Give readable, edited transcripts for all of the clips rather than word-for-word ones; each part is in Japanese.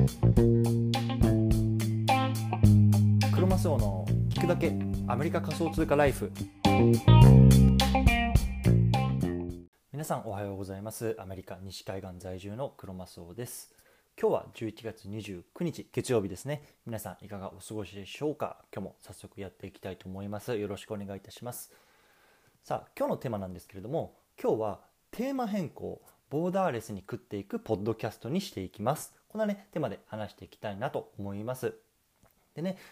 クロマスオの聞くだけアメリカ仮想通貨ライフ。皆さんおはようございます。アメリカ西海岸在住のクロマスオです。今日は11月29日月曜日ですね。皆さんいかがお過ごしでしょうか。今日も早速やっていきたいと思います。よろしくお願いいたします。さあ、今日のテーマなんですけれども、今日はテーマ変更、ボーダーレスに食っていくポッドキャストにしていきます。こんなねテーマで話していきたいなと思います。でね、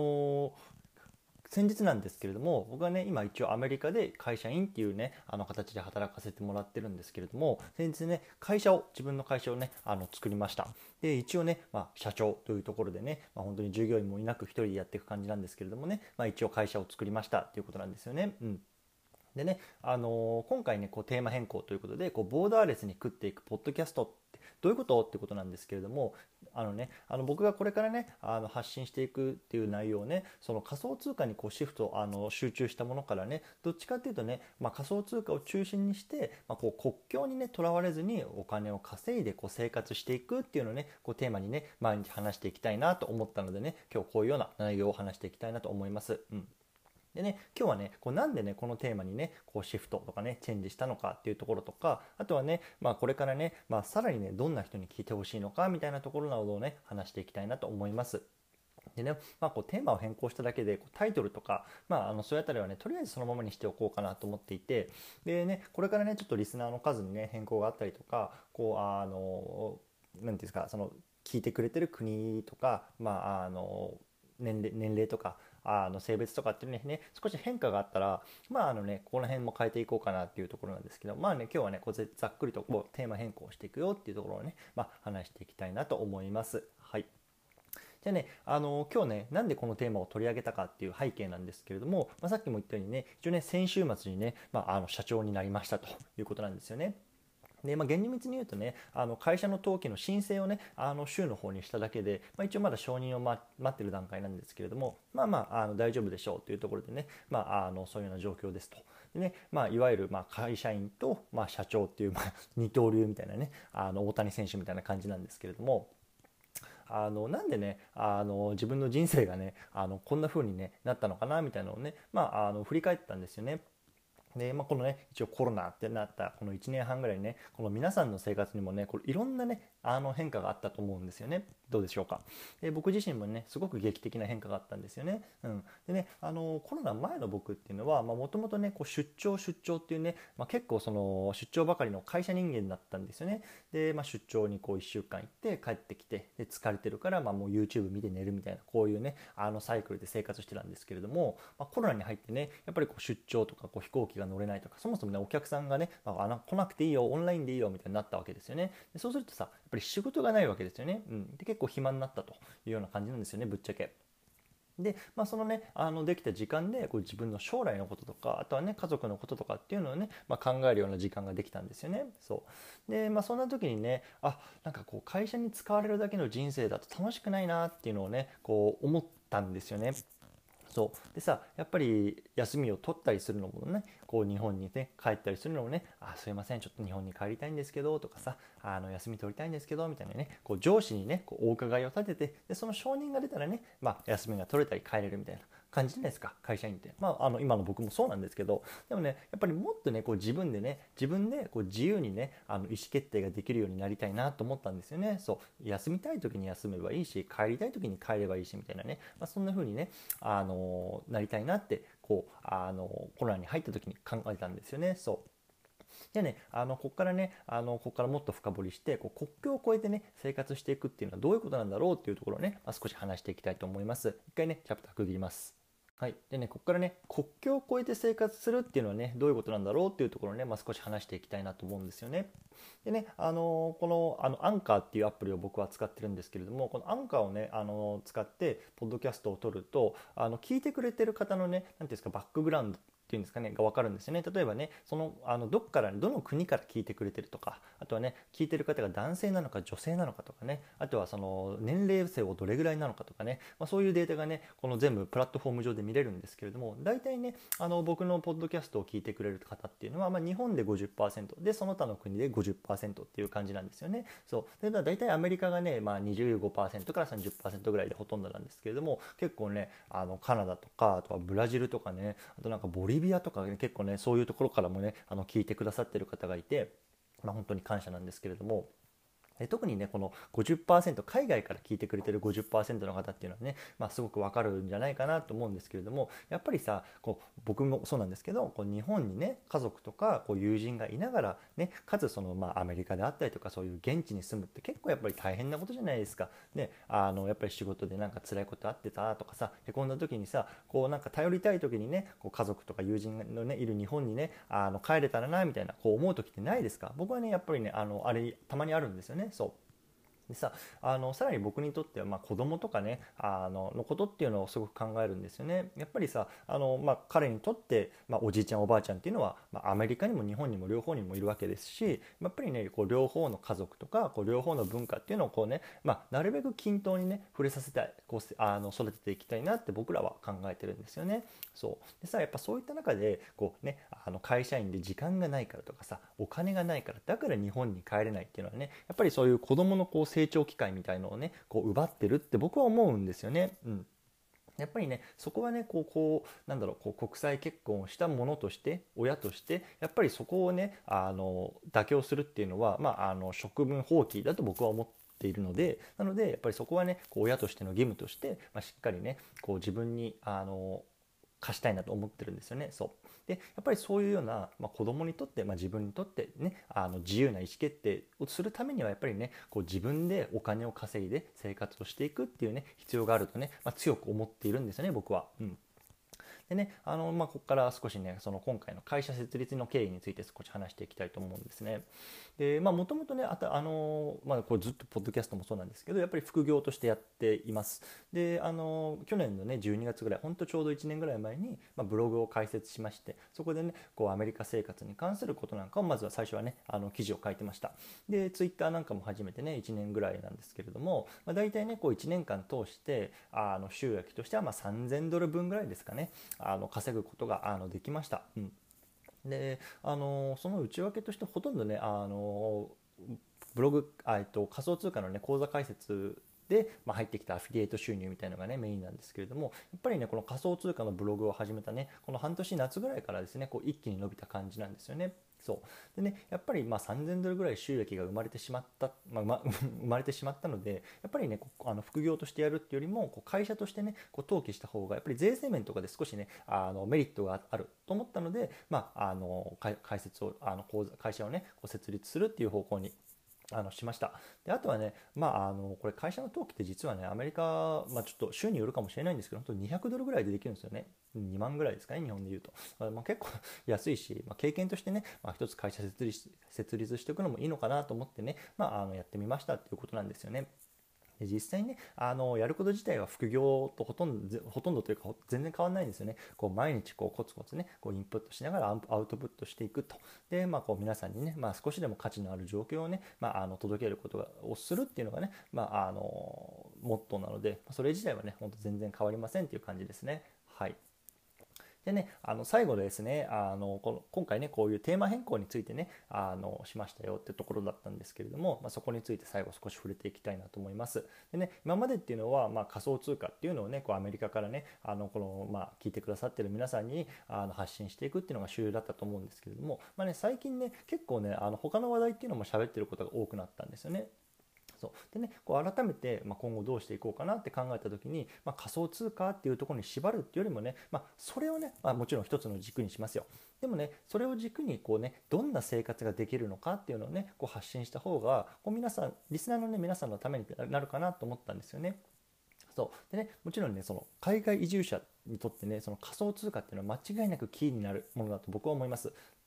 先日なんですけれども、僕はね今一応アメリカで会社員っていうね形で働かせてもらってるんですけれども、先日ね自分の会社をね作りました。で一応ね、社長というところでね、本当に従業員もいなく一人でやっていく感じなんですけれどもね、一応会社を作りましたっていうことなんですよね。でね、今回ねテーマ変更ということでボーダーレスに食っていくポッドキャストってどういうことってことなんですけれども、僕がこれからね発信していくっていう内容をね、その仮想通貨にシフト集中したものからね、どっちかっていうとね、仮想通貨を中心にして、国境にねとらわれずにお金を稼いで生活していくっていうのをねテーマにね毎日話していきたいなと思ったのでね、今日こういうような内容を話していきたいなと思います。でね、今日はねなんでねこのテーマにねシフトとかねチェンジしたのかっていうところとか、あとはね、これからね、さらにねどんな人に聞いてほしいのかみたいなところなどをね話していきたいなと思います。でね、テーマを変更しただけでタイトルとか、そういうあたりはねとりあえずそのままにしておこうかなと思っていて、でねこれからねちょっとリスナーの数にね変更があったりとか、なんていうんですか、その聞いてくれてる国とか、年齢とか性別とかっていうね少し変化があったらこの辺も変えていこうかなっていうところなんですけど、今日はねざっくりとテーマ変更していくよっていうところをね、話していきたいなと思います。はい。じゃあね、今日ねなんでこのテーマを取り上げたかっていう背景なんですけれども、さっきも言ったようにね一応ね先週末にね、社長になりましたということなんですよね。で厳密に言うとね会社の登記の申請をね州の方にしただけで、一応まだ承認を、待ってる段階なんですけれども、大丈夫でしょうというところでね、そういうような状況ですと。でねいわゆる会社員と、社長っていう、二刀流みたいなね大谷選手みたいな感じなんですけれども、なんでね自分の人生がねこんな風に、ね、なったのかなみたいなのをね、振り返ったんですよね。でこのね一応コロナってなったこの1年半ぐらいね、この皆さんの生活にもねいろんなね変化があったと思うんですよね。どうでしょうか。で僕自身もねすごく劇的な変化があったんですよね。でねコロナ前の僕っていうのはもともとね出張っていうね、結構その出張ばかりの会社人間だったんですよね。で、出張に1週間行って帰ってきて、で疲れてるからもう YouTube 見て寝るみたいなこういうねサイクルで生活してたんですけれども、コロナに入ってねやっぱり出張とか飛行機が乗れないとか、そもそもねお客さんがね、来なくていいよオンラインでいいよみたいになったわけですよね。でそうするとさやっぱり仕事がないわけですよね。で結構暇になったというような感じなんですよね、ぶっちゃけ。で、そのねできた時間で自分の将来のこととか、あとはね家族のこととかっていうのをね、考えるような時間ができたんですよね。そうで、そんな時にねなんか会社に使われるだけの人生だと楽しくないなっていうのをね思ったんですよね。そうでさ、やっぱり休みを取ったりするのもね日本にね帰ったりするのもね、すいませんちょっと日本に帰りたいんですけどとかさ、休み取りたいんですけどみたいなね上司にねお伺いを立てて、でその承認が出たらね、休みが取れたり帰れるみたいな感じじゃないですか、会社員って。今の僕もそうなんですけど、でもねやっぱりもっとね自分で自由にね意思決定ができるようになりたいなと思ったんですよね。そう休みたい時に休めばいいし、帰りたい時に帰ればいいしみたいなね、そんな風にねなりたいなってコロナに入った時に考えたんですよね。でね、ここからねここからもっと深掘りして国境を越えてね生活していくっていうのはどういうことなんだろうっていうところをね、少し話していきたいと思います。一回ねチャプター区切ります。はい。でね、ここからね、国境を越えて生活するっていうのはね、どういうことなんだろうっていうところをね、少し話していきたいなと思うんですよね。でね、このアンカーっていうアプリを僕は使ってるんですけれども、このアンカーをね、使ってポッドキャストを撮ると、聞いてくれてる方のね、なんていうんですか、バックグラウンドってっていうんですかねが分かるんですよね。例えばねどっからどの国から聞いてくれてるとか、あとはね聞いてる方が男性なのか女性なのかとかね、あとはその年齢層をどれぐらいなのかとかね、そういうデータがねこの全部プラットフォーム上で見れるんですけれども、大体ね僕のポッドキャストを聞いてくれる方っていうのは、日本で 50% でその他の国で 50% っていう感じなんですよね。そうで大体アメリカがね、25% から 30% ぐらいでほとんどなんですけれども、結構ねカナダとか、あとはブラジルとかね、あとなんかボリビアとかね、結構ねそういうところからもね聞いてくださってる方がいて、本当に感謝なんですけれども、特にねこの 50% 海外から聞いてくれてる 50% の方っていうのはね、すごくわかるんじゃないかなと思うんですけれども、やっぱりさ僕もそうなんですけど、日本にね家族とか友人がいながらね、かつそのアメリカであったりとかそういう現地に住むって結構やっぱり大変なことじゃないですか。ね、やっぱり仕事でなんか辛いことあってたとかさ、へこんだ時にさなんか頼りたい時にね家族とか友人のねいる日本にね帰れたらなみたいな思う時ってないですか？僕はねやっぱりねあれたまにあるんですよね。でささらに僕にとっては子供とかねのことっていうのをすごく考えるんですよね。やっぱりさ彼にとって、おじいちゃんおばあちゃんっていうのは、アメリカにも日本にも両方にもいるわけですし、やっぱりね両方の家族とか両方の文化っていうのをね、なるべく均等にね触れさせたい育てていきたいなって僕らは考えてるんですよね。でさやっぱそういった中で会社員で時間がないからとかさ、お金がないからだから日本に帰れないっていうのはね、やっぱりそういう子供の成長機会みたいのをね奪ってるって僕は思うんですよね。やっぱりねそこはねなんだろう国際結婚をしたものとして親としてやっぱりそこをね妥協するっていうのは職分放棄だと僕は思っているので、なのでやっぱりそこはね親としての義務として、しっかりね自分に課したいなと思ってるんですよね。でやっぱりそういうような、子供にとって、自分にとってね自由な意思決定をするためにはやっぱりね自分でお金を稼いで生活をしていくっていうね必要があるとね、強く思っているんですよね僕は。でねここから少しね今回の会社設立の経緯について少し話していきたいと思うんですね。でもともとねこれずっとポッドキャストもそうなんですけど、やっぱり副業としてやっています。で去年のね12月ぐらい、ほんとちょうど1年ぐらい前に、ブログを開設しまして、そこでねアメリカ生活に関することなんかをまずは最初はね記事を書いてました。でツイッターなんかも始めてね1年ぐらいなんですけれども、大体ね1年間通して収益としては$3000分ぐらいですかね稼ぐことができました。でその内訳としてほとんどねブログ仮想通貨のね口座開設で、入ってきたアフィリエイト収入みたいなのがねメインなんですけれども、やっぱりねこの仮想通貨のブログを始めたねこの半年夏ぐらいからですね一気に伸びた感じなんですよね。でねやっぱり$3000ぐらい収益が生まれてしまった、生まれてしまったので、やっぱりね副業としてやるっていうよりも会社としてね登記した方がやっぱり税制面とかで少しねメリットがあると思ったので、開設を会社をね設立するっていう方向にしました。であとはね、これ会社の登記って実はねアメリカ、ちょっと州によるかもしれないんですけど、本当$200ぐらいでできるんですよね。2万ぐらいですかね日本でいうと。結構安いし、経験としてね、一つ会社設立していくのもいいのかなと思ってね、やってみましたっていうことなんですよね。で実際にねやること自体は副業とほとんどというか全然変わらないんですよね。毎日コツコツねインプットしながらアウトプットしていくと。で皆さんにね、少しでも価値のある状況をね、届けることをするっていうのがね、モットーなので、それ自体はね本当全然変わりませんっていう感じですね。はい。でね、最後ですね今回ねこういうテーマ変更についてねしましたよってところだったんですけれども、そこについて最後少し触れていきたいなと思います。でね今までっていうのは、仮想通貨っていうのをねアメリカからね聞いてくださってる皆さんに発信していくっていうのが主流だったと思うんですけれども、最近ね結構ね他の話題っていうのも喋ってることが多くなったんですよね。でね改めて、今後どうしていこうかなって考えた時に、仮想通貨っていうところに縛るっていうよりもね、それをね、もちろん一つの軸にしますよ。でもねそれを軸にどんな生活ができるのかっていうのをね発信した方が皆さんリスナーのね皆さんのためになるかなと思ったんですよね。でね、もちろんね海外移住者にとってねその仮想通貨っていうのは間違いなくキーになるものだと僕は思います。っ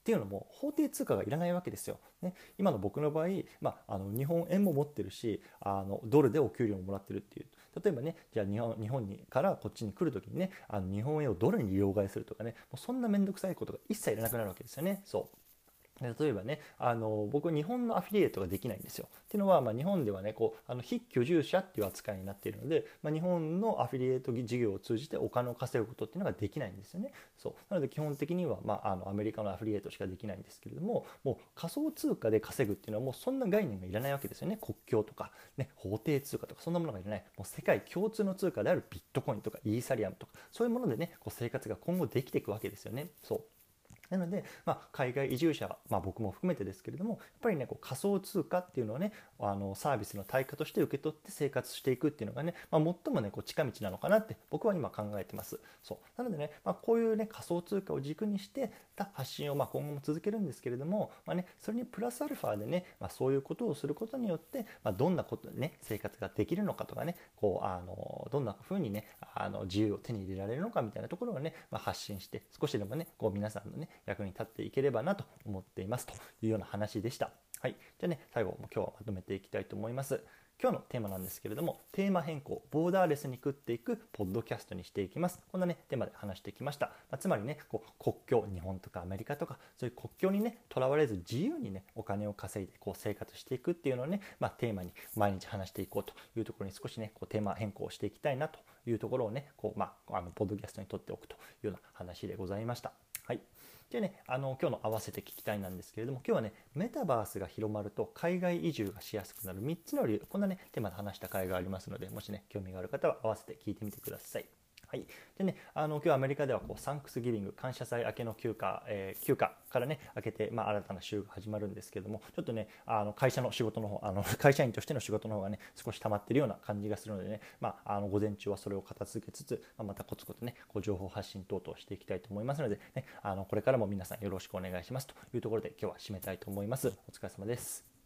っていうのも法定通貨がいらないわけですよ、ね、今の僕の場合、日本円も持ってるしドルでお給料ももらってるっていう。例えばね、じゃあ日本からこっちに来るときにね、日本円をドルに両替するとかね、もうそんな面倒くさいことが一切いらなくなるわけですよね。そう例えばね、僕日本のアフィリエイトができないんですよ。っていうのは、日本ではね非居住者っていう扱いになっているので、日本のアフィリエイト事業を通じてお金を稼ぐことっていうのができないんですよね。そうなので基本的には、アメリカのアフィリエイトしかできないんですけれども、もう仮想通貨で稼ぐっていうのはもうそんな概念がいらないわけですよね。国境とか、ね、法定通貨とかそんなものがいらない。もう世界共通の通貨であるビットコインとかイーサリアムとかそういうものでね生活が今後できていくわけですよね。そうなので、海外移住者、僕も含めてですけれども、やっぱりね仮想通貨っていうのをねサービスの対価として受け取って生活していくっていうのがね、最もね近道なのかなって僕は今考えてます。そうなのでね、こういうね仮想通貨を軸にしてた発信を今後も続けるんですけれども、それにプラスアルファでね、そういうことをすることによって、どんなことでね生活ができるのかとかね、どんな風にね自由を手に入れられるのかみたいなところをね、発信して少しでもね皆さんのね役に立っていければなと思っていますというような話でした。はい、じゃあね最後今日はまとめていきたいと思います。今日のテーマなんですけれども、テーマ変更、ボーダーレスに食っていくポッドキャストにしていきます。こんなねテーマで話してきました。つまりね国境、日本とかアメリカとかそういう国境にねとらわれず自由にねお金を稼いで生活していくっていうのをね、テーマに毎日話していこうというところに少しねテーマ変更をしていきたいなというところをねポッドキャストにとっておくというような話でございました。はい。でね、今日の合わせて聞きたいなんですけれども、今日はねメタバースが広まると海外移住がしやすくなる3つの理由、こんなねテーマで話した回がありますので、もしね興味がある方は合わせて聞いてみてください。はい、でね、今日アメリカではサンクスギビング、感謝祭明けの休暇からね明けて、新たな週が始まるんですけれども、ちょっとね会社の仕事の方会社員としての仕事の方がね少し溜まっているような感じがするのでね、午前中はそれを片付けつつ、またコツコツね情報発信等々していきたいと思いますので、ね、これからも皆さんよろしくお願いしますというところで今日は締めたいと思います。お疲れ様です。